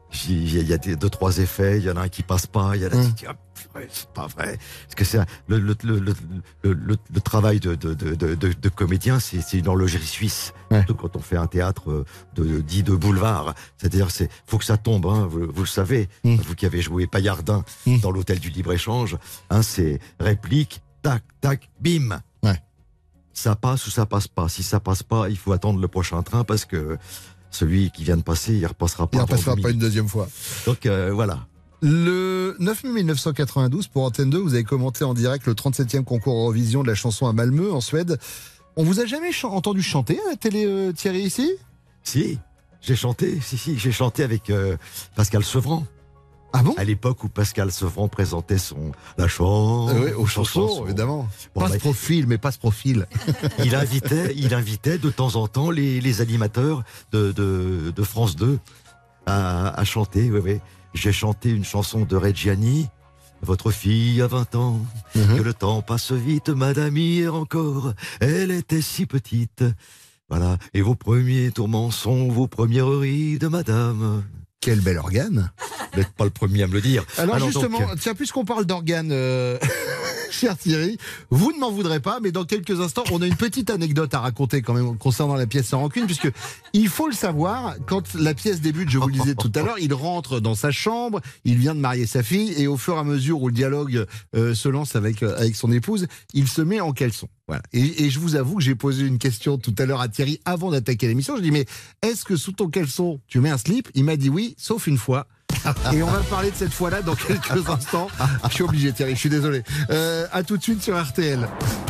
Il y a des, deux, trois effets, il y en a un qui passe pas, il y en a un qui dit, ah, purée, c'est pas vrai. Parce que c'est un- le, le, le, le, le, le- le travail de, de, de, de, de, de comédien, c'est, c'est une horlogerie suisse. Ouais. Surtout quand on fait un théâtre euh, de, dit de boulevard. C'est-à-dire, c'est, faut que ça tombe, hein, vous, vous le savez. Mm. Vous qui avez joué Paillardin Mm. dans l'hôtel du libre-échange, hein, c'est réplique, tac, tac, bim. Ouais. Ça passe ou ça passe pas. Si ça passe pas, il faut attendre le prochain train parce que celui qui vient de passer, il repassera pas. Il ne avant repassera deux pas une minutes. deuxième fois. Donc euh, voilà. Le neuf mai mille neuf cent quatre-vingt-douze, pour Antenne deux, vous avez commenté en direct le trente-septième concours Eurovision de la chanson à Malmö, en Suède. On vous a jamais ch- entendu chanter à la télé, euh, Thierry, ici? Si, j'ai chanté, si, si, j'ai chanté avec euh, Pascal Sevran. Ah bon? À l'époque où Pascal Sevran présentait son La chance. Euh, oui, aux chansons, évidemment. Bon, Pas bah, ce profil, mais pas ce profil. il invitait, il invitait de temps en temps les, les animateurs de, de, de France deux à, à chanter. Oui, oui. J'ai chanté une chanson de Reggiani. Votre fille a vingt ans, Mhm. que le temps passe vite, madame hier encore, elle était si petite. Voilà. Et vos premiers tourments sont vos premières rides, madame. Quel bel organe. Vous n'êtes pas le premier à me le dire. Alors, Alors, justement, donc, tiens, puisqu'on parle d'organes, euh, cher Thierry, vous ne m'en voudrez pas, mais dans quelques instants, on a une petite anecdote à raconter quand même concernant la pièce Sans rancune, puisque il faut le savoir, quand la pièce débute, je vous le disais tout à l'heure, il rentre dans sa chambre, il vient de marier sa fille, et au fur et à mesure où le dialogue euh, se lance avec, euh, avec son épouse, il se met en caleçon. Voilà. Et, et je vous avoue que j'ai posé une question tout à l'heure à Thierry avant d'attaquer l'émission. Je dis, mais est-ce que sous ton caleçon, tu mets un slip? Il m'a dit oui, sauf une fois. Et on va parler de cette fois-là dans quelques instants. Je suis obligé, Thierry, je suis désolé. Euh, à tout de suite sur R T L.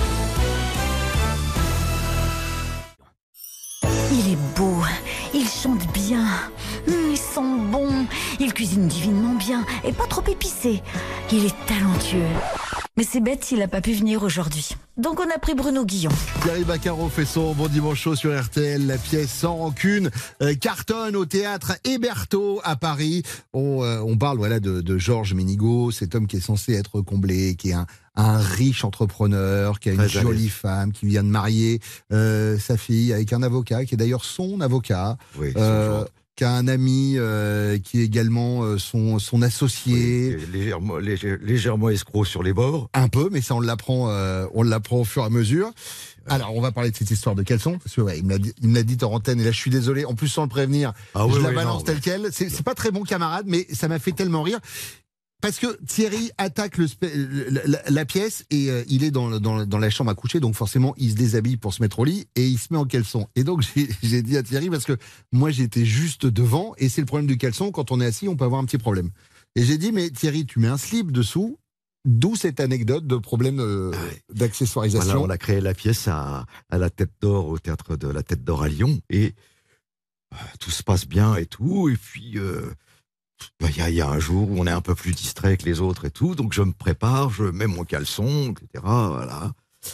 Il est beau, il chante bien, hum, il sent bon, il cuisine divinement bien et pas trop épicé. Il est talentueux. Mais c'est bête s'il n'a pas pu venir aujourd'hui. Donc on a pris Bruno Guillon. Thierry Baccaro fait son bon dimanche chaud sur R T L. La pièce Sans rancune euh, cartonne au théâtre Héberto à Paris. On, euh, on parle voilà de, de Georges Ménigaud, cet homme qui est censé être comblé, qui est un, un riche entrepreneur, qui a une Très à jolie l'aise. femme, qui vient de marier euh, sa fille avec un avocat, qui est d'ailleurs son avocat. oui, Euh, son qui a un ami euh, qui est également euh, son, son associé. Oui, légèrement, légère- légèrement escroc sur les bords. Un peu, mais ça on l'apprend, euh, on l'apprend au fur et à mesure. Alors on va parler de cette histoire de caleçon, parce que ouais, il me l'a dit, il me l'a dit en antenne, et là je suis désolé, en plus sans le prévenir, Ah je oui, la oui, balance non, telle oui. quelle. C'est, c'est pas très bon camarade, mais ça m'a fait tellement rire. Parce que Thierry attaque le spé- la, la- la pièce et euh, il est dans, le- dans, le- dans la chambre à coucher, donc forcément il se déshabille pour se mettre au lit et il se met en caleçon. Et donc j'ai, j'ai dit à Thierry, parce que moi j'étais juste devant et c'est le problème du caleçon, quand on est assis on peut avoir un petit problème. Et j'ai dit, mais Thierry, tu mets un slip dessous, d'où cette anecdote de problème euh, d'accessoirisation. Voilà, on a créé la pièce à, à la Tête d'Or, au théâtre de la Tête d'Or à Lyon, et euh, tout se passe bien et tout. Et puis, il euh, bah, y, a, y a un jour où on est un peu plus distrait que les autres et tout, donc je me prépare, je mets mon caleçon, et cetera. Voilà.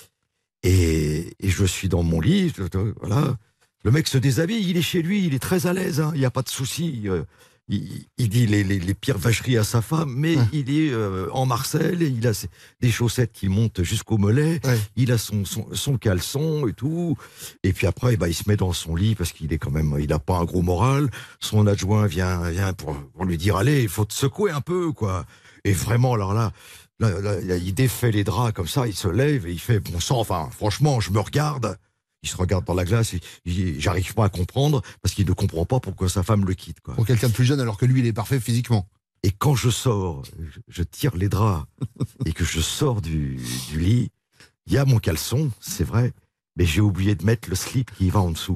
Et, et je suis dans mon lit, je- je- voilà. Le mec se déshabille, il est chez lui, il est très à l'aise, hein, il n'y a pas de souci. euh, Il, il dit les, les, les pires vacheries à sa femme, mais Ouais. il est euh, en Marseille, il a ses- des chaussettes qui montent jusqu'au mollet, Ouais. il a son, son, son caleçon et tout. Et puis après, bah, il se met dans son lit parce qu'il est quand même, il n'a pas un gros moral. Son adjoint vient, vient pour, pour lui dire, allez, il faut te secouer un peu, quoi. Et vraiment, alors là, là, là, là, il défait les draps comme ça, il se lève et il fait, bon sang, enfin, franchement, je me regarde. Il se regarde dans la glace, et, il- j'arrive pas à comprendre parce qu'il ne comprend pas pourquoi sa femme le quitte, quoi. Pour quelqu'un de plus jeune, alors que lui, il est parfait physiquement. Et quand je sors, je, je tire les draps et que je sors du, du lit, il y a mon caleçon, c'est vrai, mais j'ai oublié de mettre le slip qui va en dessous.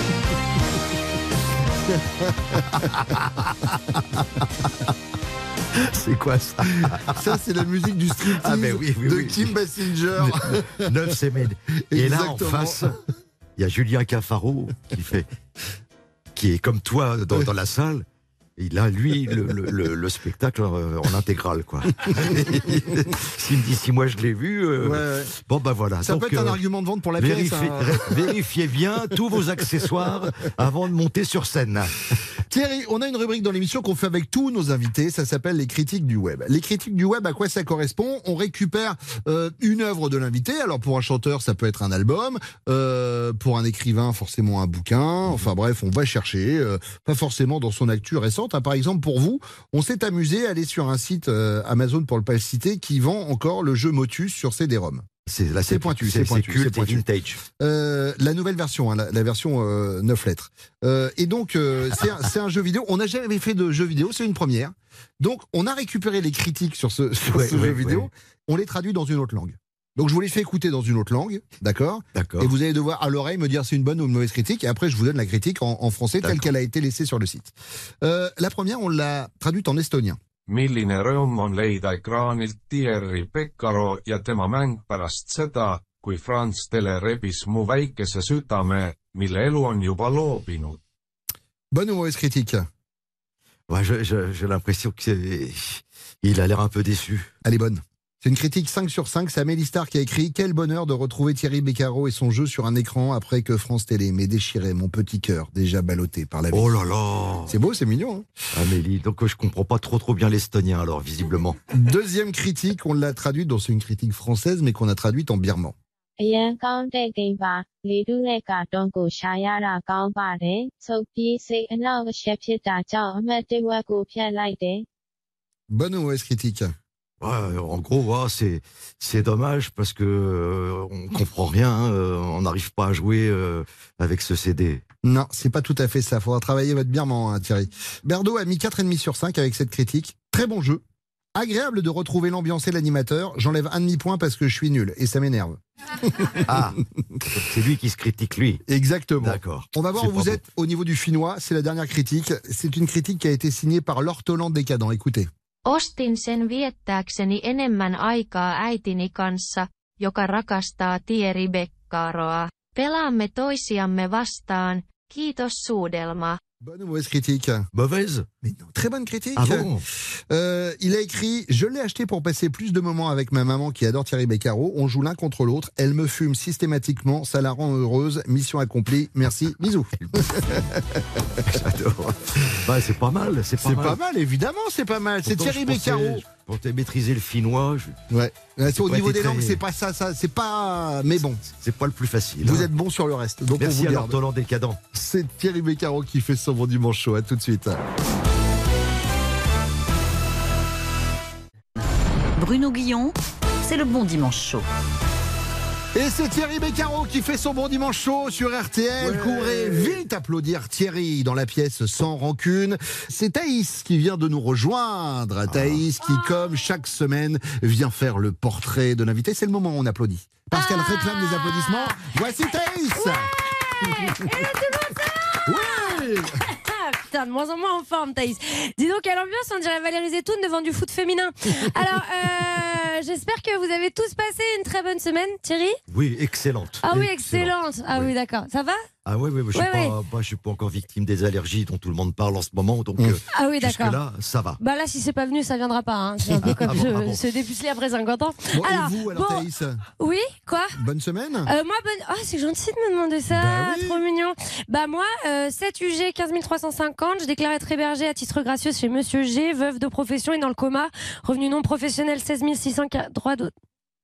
C'est quoi ça? Ça, c'est la musique du striptease Ah, ben oui, oui, de oui. Kim Basinger. Neuf semaines. Et là, en Exactement. face, il y a Julien Cafaro qui fait, qui est comme toi dans, dans la salle. Et là, lui, le, le, le, le spectacle euh, en intégrale, quoi. S'il me dit si moi je l'ai vu, euh, Ouais, ouais. bon ben voilà. Ça Donc, peut être un euh, argument de vente pour la pièce. Vérifiez, hein. ré- vérifiez bien tous vos accessoires avant de monter sur scène. Thierry, on a une rubrique dans l'émission qu'on fait avec tous nos invités, ça s'appelle les critiques du web. Les critiques du web, à quoi ça correspond? On récupère euh, une œuvre de l'invité, alors pour un chanteur ça peut être un album, euh, pour un écrivain forcément un bouquin, enfin bref, on va chercher, euh, pas forcément dans son actu récente. Hein. Par exemple pour vous, on s'est amusé à aller sur un site euh, Amazon pour le pas le citer, qui vend encore le jeu Motus sur C D-ROM. C'est là, c'est pointu, c'est pointu, culte c'est pointu. et vintage. Euh, la nouvelle version, hein, la, la version euh, neuf lettres. Euh, et donc, euh, c'est un, c'est un jeu vidéo. On n'a jamais fait de jeu vidéo, c'est une première. Donc, on a récupéré les critiques sur ce, sur ouais, ce ouais, jeu vidéo. Ouais. On les traduit dans une autre langue. Donc, je vous les fais écouter dans une autre langue, d'accord ? D'accord. Et vous allez devoir à l'oreille me dire c'est une bonne ou une mauvaise critique. Et après, je vous donne la critique en, en français telle qu'elle a été laissée sur le site. Euh, la première, on l'a traduite en estonien. Milline rõõm on leida ekraanilt Thierry Beccaro ja tema mäng pärast seda, kui Franz Tele rebis mu väikese südame, mille elu on juba loobinud. Bonne ou mauvaise critique? Ouais, je, je, j'ai l'impression qu'il a l'air un peu déçu. Elle est bonne. C'est une critique cinq sur cinq, c'est Amélie Star qui a écrit « Quel bonheur de retrouver Thierry Beccaro et son jeu sur un écran après que France Télé m'ait déchiré mon petit cœur, déjà ballotté par la vie. » Oh là là. C'est beau, c'est mignon. Hein. Amélie, donc je comprends pas trop trop bien l'estonien alors, visiblement. Deuxième critique, on l'a traduite, donc c'est une critique française, mais qu'on a traduite en birman. Bonne ou mauvaise critique? Ouais, en gros, ouais, c'est c'est dommage parce que euh, on comprend rien, euh, on n'arrive pas à jouer euh, avec ce C D. Non, c'est pas tout à fait ça. Faudra travailler votre birman, hein, Thierry. Berdo a mis quatre virgule cinq sur cinq avec cette critique. Très bon jeu. Agréable de retrouver l'ambiance et l'animateur. J'enlève un demi-point parce que je suis nul et ça m'énerve. Ah, c'est lui qui se critique, lui. Exactement. D'accord. On va voir C'est où vous beau. êtes au niveau du finnois. C'est la dernière critique. C'est une critique qui a été signée par l'ortolan décadent. Écoutez. Ostin sen viettääkseni enemmän aikaa äitini kanssa, joka rakastaa Thierry Beccaroa. Pelaamme toisiamme vastaan. Kiitos Suudelma. Bonne ou mauvaise critique? Mauvaise. Mais non, très bonne critique. Ah bon? euh, Il a écrit « Je l'ai acheté pour passer plus de moments avec ma maman qui adore Thierry Beccaro. On joue l'un contre l'autre. Elle me fume systématiquement. Ça la rend heureuse. Mission accomplie. Merci. Bisous. » J'adore. Ouais, c'est pas mal. C'est pas, C'est mal. pas mal, évidemment, c'est pas mal. C'est Pourtant, Thierry je pensais- Beccaro. Pour te maîtriser le finnois, je... Ouais. C'est au pas niveau été des très- langues, c'est pas ça, ça, c'est pas. Mais bon, c'est pas le plus facile. vous hein. êtes bon sur le reste. Donc Merci on vous à garde. l'ortolan décadent. C'est Thierry Beccaro qui fait son bon dimanche chaud. À tout de suite. Bruno Guillon, c'est le bon dimanche chaud. Et c'est Thierry Beccaro qui fait son bon dimanche chaud sur R T L. Ouais. Courez vite applaudir Thierry dans la pièce Sans Rancune. C'est Thaïs qui vient de nous rejoindre. Thaïs qui, comme chaque semaine, vient faire le portrait de l'invité. C'est le moment où on applaudit. Parce qu'elle réclame des applaudissements. Voici Thaïs. Oui. Ah, putain, de moins en moins en forme, Thaïs. Dis donc, quelle ambiance, on dirait Valérie Zetoun devant du foot féminin. Alors, euh, j'espère que vous avez tous passé une très bonne semaine, Thierry. Oui, excellente. Ah oui, Excellente. excellente. Ah oui, d'accord. Ça va? Ah ouais, ouais, ouais, je suis Ouais, pas, pas- je suis pas encore victime des allergies dont tout le monde parle en ce moment, donc Mmh. euh, Ah oui, d'accord. jusque-là, ça va. Bah là, si c'est pas venu, ça viendra pas. Hein. C'est un peu comme Ah bon, se, ah bon. se dépuceler après cinquante ans. Bon, alors, et vous, alors bon, Thaïs, oui, quoi? bonne semaine. Euh, moi, bonne... oh, c'est gentil de me demander ça, Bah oui. trop mignon. Bah moi, euh, sept U G, quinze mille trois cent cinquante, je déclare être hébergée à titre gracieux chez Monsieur G, veuve de profession et dans le coma. Revenu non professionnel, seize mille six cents, droit de...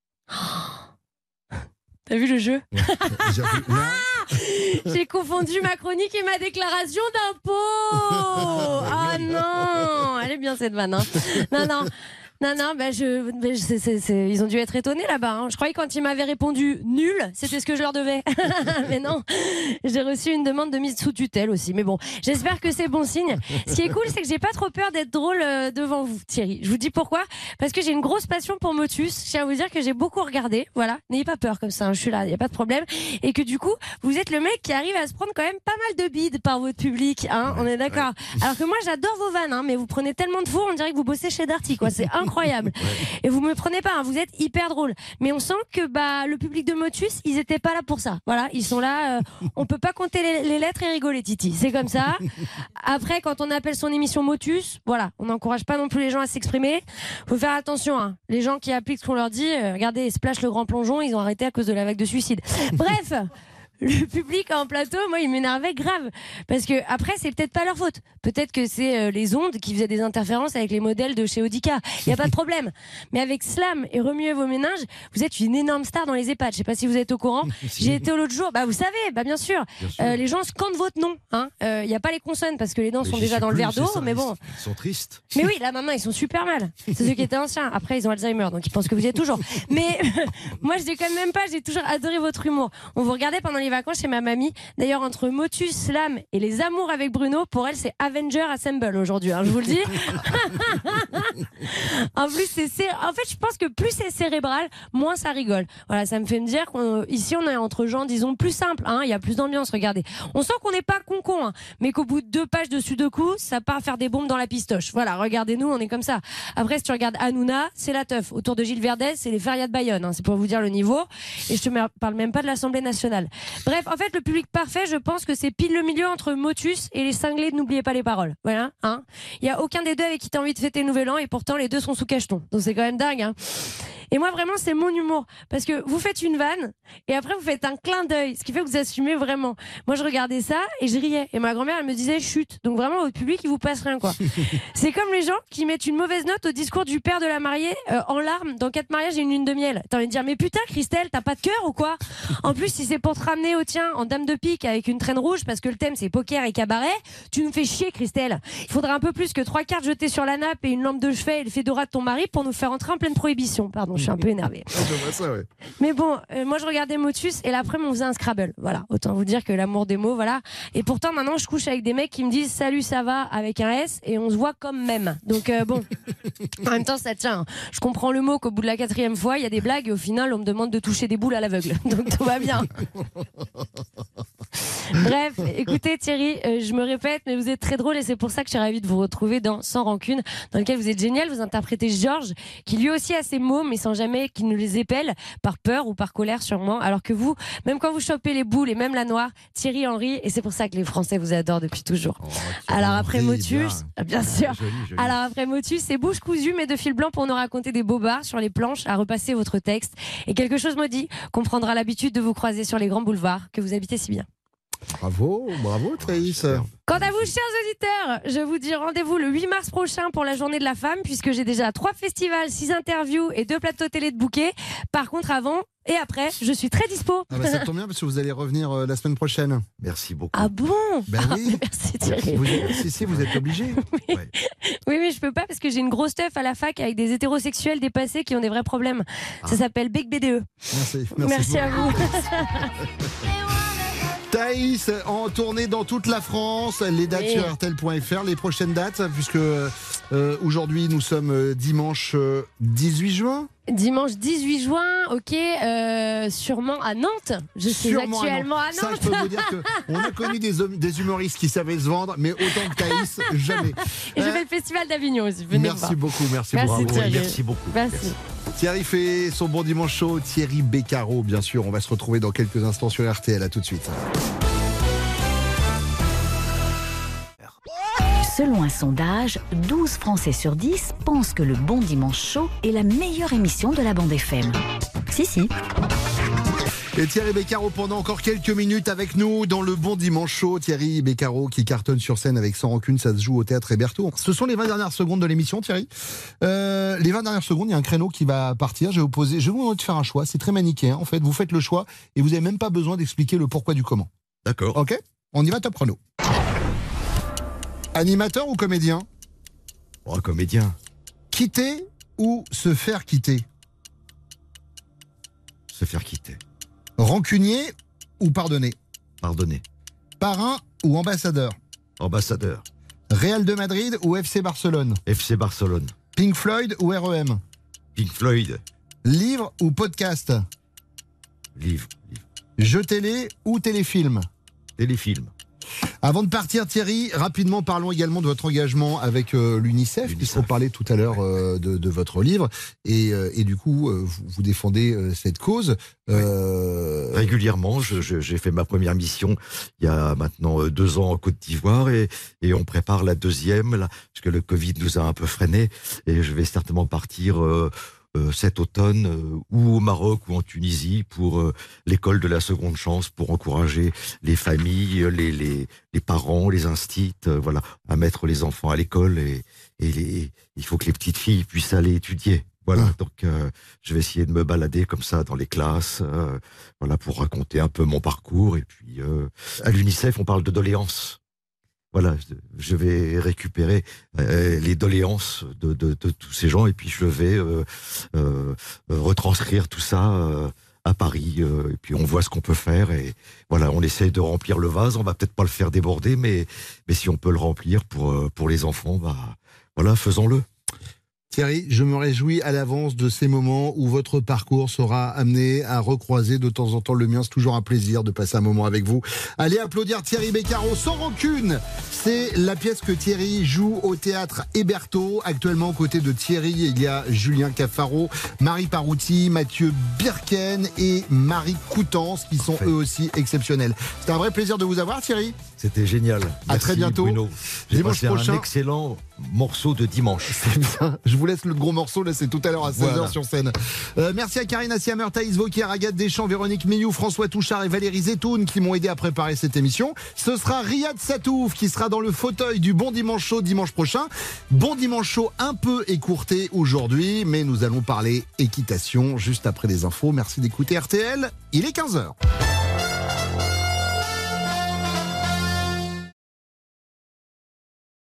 T'as vu le jeu? J'avoue, là, J'ai confondu ma chronique et ma déclaration d'impôt. Ah non, elle est bien cette vanne. Hein. Non, non. Non, non, bah je, bah, c'est, c'est, c'est, ils ont dû être étonnés là-bas. Hein. Je croyais quand ils m'avaient répondu nul, c'était ce que je leur devais. Mais non, j'ai reçu une demande de mise sous tutelle aussi. Mais bon, j'espère que c'est bon signe. Ce qui est cool, c'est que j'ai pas trop peur d'être drôle euh, devant vous, Thierry. Je vous dis pourquoi. Parce que j'ai une grosse passion pour Motus. Je tiens à vous dire que j'ai beaucoup regardé. Voilà, n'ayez pas peur comme ça. Hein. Je suis là, il y a pas de problème. Et que du coup, vous êtes le mec qui arrive à se prendre quand même pas mal de bides par votre public. Hein. On est d'accord. Alors que moi, j'adore vos vannes, hein, mais vous prenez tellement de fous, on dirait que vous bossez chez Darty, quoi. C'est incroyable. Et vous me prenez pas, hein, vous êtes hyper drôle. Mais on sent que bah le public de Motus, ils étaient pas là pour ça. Voilà, ils sont là. Euh, on peut pas compter les, les lettres et rigoler, Titi. C'est comme ça. Après, quand on appelle son émission Motus, voilà, on n'encourage pas non plus les gens à s'exprimer. Faut faire attention. Hein. Les gens qui appliquent ce qu'on leur dit, euh, regardez, Splash le grand plongeon, ils ont arrêté à cause de la vague de suicide. Bref. le public en plateau, moi, il m'énervait grave. Parce que après, c'est peut-être pas leur faute. Peut-être que c'est euh, les ondes qui faisaient des interférences avec les modèles de chez Audica. Il n'y a pas de problème. Mais avec Slam et Remuez vos méninges, vous êtes une énorme star dans les EHPAD. Je sais pas si vous êtes au courant. J'ai été l'autre jour. Bah, vous savez, bah, bien sûr. Bien sûr. Euh, les gens scandent votre nom. Hein. Euh, Il n'y a pas les consonnes parce que les dents mais sont déjà dans plus, le verre d'eau. Mais bon. Ils sont tristes. Mais oui, là maintenant, ils sont super mal. C'est ceux qui étaient anciens. Après, ils ont Alzheimer, donc ils pensent que vous y êtes toujours. Mais moi, je déconne même pas. J'ai toujours adoré votre humour. On vous regardait pendant les vacances chez ma mamie. D'ailleurs, entre Motus, Slam et les amours avec Bruno, pour elle, c'est Avenger Assemble aujourd'hui. Hein, je vous le dis. En plus, c'est cé... en fait, je pense que plus c'est cérébral, moins ça rigole. Voilà, ça me fait me dire qu'ici, on est entre gens, disons, plus simples. Hein, il y a plus d'ambiance. Regardez, on sent qu'on n'est pas con-con, hein, mais qu'au bout de deux pages de sudoku, ça part faire des bombes dans la pistoche. Voilà, regardez-nous, on est comme ça. Après, si tu regardes Hanouna, c'est la teuf. Autour de Gilles Verdez, c'est les férias de Bayonne. Hein, c'est pour vous dire le niveau. Et je te parle même pas de l'Assemblée nationale. Bref, en fait, le public parfait, je pense que c'est pile le milieu entre Motus et les cinglés de N'oubliez pas les paroles. Voilà, hein. Il y a aucun des deux avec qui t'as envie de fêter le nouvel an et pourtant les deux sont sous cacheton. Donc c'est quand même dingue, hein. Et moi, vraiment, c'est mon humour. Parce que vous faites une vanne et après, vous faites un clin d'œil. Ce qui fait que vous assumez vraiment. Moi, je regardais ça et je riais. Et ma grand-mère, elle me disait chut. Donc vraiment, votre public, il vous passe rien, quoi. C'est comme les gens qui mettent une mauvaise note au discours du père de la mariée euh, en larmes dans quatre mariages et une lune de miel. T'as envie de dire, mais putain, Christelle, t'as pas de cœur ou quoi? En plus, si c'est pour te ramener au tien en dame de pique avec une traîne rouge parce que le thème, c'est poker et cabaret, tu nous fais chier, Christelle. Il faudrait un peu plus que trois cartes jetées sur la nappe et une lampe de chevet et le fedora de ton mari pour nous faire entrer en pleine prohibition. Pardon, je suis un peu énervée. Ça, ouais. Mais bon, euh, moi je regardais Motus et l'après on faisait un Scrabble. Voilà, autant vous dire que l'amour des mots, voilà. Et pourtant maintenant je couche avec des mecs qui me disent salut, ça va avec un S et on se voit comme même. Donc euh, bon, en même temps ça tient. Je comprends le mot qu'au bout de la quatrième fois il y a des blagues et au final on me demande de toucher des boules à l'aveugle. Donc tout va bien. Bref, écoutez Thierry, euh, je me répète, mais vous êtes très drôle et c'est pour ça que je suis ravie de vous retrouver dans Sans Rancune, dans lequel vous êtes génial. Vous interprétez Georges, qui lui aussi a ses mots, mais sans jamais qu'il nous les épelle, par peur ou par colère sûrement. Alors que vous, même quand vous chopez les boules et même la noire, Thierry Henry, et c'est pour ça que les Français vous adorent depuis toujours. Oh, Alors après Motus, bien, bien sûr. Ah, joli, joli. Alors après Motus, c'est bouche cousue mais de fil blanc pour nous raconter des bobards sur les planches à repasser votre texte. Et quelque chose me dit qu'on prendra l'habitude de vous croiser sur les grands boulevards que vous habitez si bien. Bravo, bravo Thaïs. Quant à vous, chers auditeurs, je vous dis rendez-vous le huit mars prochain pour la journée de la femme, puisque j'ai déjà trois festivals, six interviews et deux plateaux télé de bouquets. Par contre, avant et après, je suis très dispo. Ah bah ça tombe bien parce que vous allez revenir euh, la semaine prochaine. Merci beaucoup. Ah bon? Ben oui. Ah, merci Thierry. Vous, si, si, vous êtes obligé. Oui. Ouais. Oui, mais je peux pas parce que j'ai une grosse teuf à la fac avec des hétérosexuels dépassés qui ont des vrais problèmes. Ah. Ça s'appelle Bec B D E. Merci. Merci, merci à vous. Thaïs en tournée dans toute la France, les dates oui. sur R T L point F R, les prochaines dates, puisque euh, aujourd'hui nous sommes dimanche dix-huit juin. Dimanche dix-huit juin, ok, euh, sûrement à Nantes. Je suis sûrement actuellement à Nantes. Ça, je peux vous dire qu'on a connu des, des humoristes qui savaient se vendre, mais autant que Thaïs, jamais. Et euh, je fais le festival d'Avignon aussi. Venez merci beaucoup, merci, merci beaucoup. Thierry. Merci beaucoup. Merci. Merci. Thierry fait son bon dimanche chaud. Thierry Beccaro, bien sûr. On va se retrouver dans quelques instants sur R T L. À tout de suite. Selon un sondage, douze Français sur dix pensent que le Bon Dimanche Chaud est la meilleure émission de la bande F M. Si, si. Et Thierry Beccaro pendant encore quelques minutes avec nous dans le Bon Dimanche Chaud. Thierry Beccaro qui cartonne sur scène avec Sans Rancune, ça se joue au Théâtre Hébertot. Ce sont les vingt dernières secondes de l'émission, Thierry. Euh, les vingt dernières secondes, il y a un créneau qui va partir. Je vais vous poser, je vais vous demander de faire un choix. C'est très manichéen. En fait, vous faites le choix et vous n'avez même pas besoin d'expliquer le pourquoi du comment. D'accord. Ok, on y va, top chrono. Animateur ou comédien? Oh, comédien. Quitter ou se faire quitter? Se faire quitter. Rancunier ou pardonner? Pardonner. Parrain ou ambassadeur? Ambassadeur. Real de Madrid ou F C Barcelone? F C Barcelone. Pink Floyd ou R E M? Pink Floyd. Livre ou podcast? Livre. Livre. Jeu télé ou téléfilm? Téléfilm. Avant de partir, Thierry, rapidement parlons également de votre engagement avec euh, l'UNICEF, puisqu'on parlait tout à l'heure euh, de, de votre livre, et, euh, et du coup, euh, vous, vous défendez euh, cette cause. Euh... Régulièrement, je, je, j'ai fait ma première mission il y a maintenant euh, deux ans en Côte d'Ivoire, et, et on prépare la deuxième, là, parce que le Covid nous a un peu freinés, et je vais certainement partir... Euh, euh, cet automne, euh, ou au Maroc ou en Tunisie, pour euh, l'école de la seconde chance, pour encourager les familles, les, les, les parents, les instits, euh, voilà, à mettre les enfants à l'école. Et, et les, il faut que les petites filles puissent aller étudier. Voilà, ah. donc euh, je vais essayer de me balader comme ça dans les classes, euh, voilà, pour raconter un peu mon parcours. Et puis euh, à l'UNICEF, on parle de doléances. Voilà, je vais récupérer euh, les doléances de, de, de tous ces gens, et puis je vais euh, euh, retranscrire tout ça euh, à Paris. Euh, et puis on voit ce qu'on peut faire. Et voilà, on essaie de remplir le vase. On va peut-être pas le faire déborder, mais mais si on peut le remplir pour pour les enfants, bah voilà, faisons-le. Thierry, je me réjouis à l'avance de ces moments où votre parcours sera amené à recroiser de temps en temps le mien. C'est toujours un plaisir de passer un moment avec vous. Allez applaudir Thierry Beccaro, Sans rancune. C'est la pièce que Thierry joue au théâtre Hébertot. Actuellement, aux côtés de Thierry, il y a Julien Cafaro, Marie Parouti, Mathieu Birken et Marie Coutances, qui sont eux aussi exceptionnels. C'était un vrai plaisir de vous avoir, Thierry. C'était génial. Merci, à très bientôt. Bruno. J'ai Dimanche passé prochain. Un excellent morceau de dimanche. C'est bien. Je vous laisse le gros morceau, là c'est tout à l'heure à seize heures voilà. Sur scène. Euh, merci à Karine Assiamer, Thaïs Vauquier, Agathe Deschamps, Véronique Millou, François Touchard et Valérie Zetoun qui m'ont aidé à préparer cette émission. Ce sera Riyad Satouf qui sera dans le fauteuil du Bon Dimanche Show dimanche prochain. Bon Dimanche Show un peu écourté aujourd'hui, mais nous allons parler équitation juste après les infos. Merci d'écouter R T L, il est quinze heures.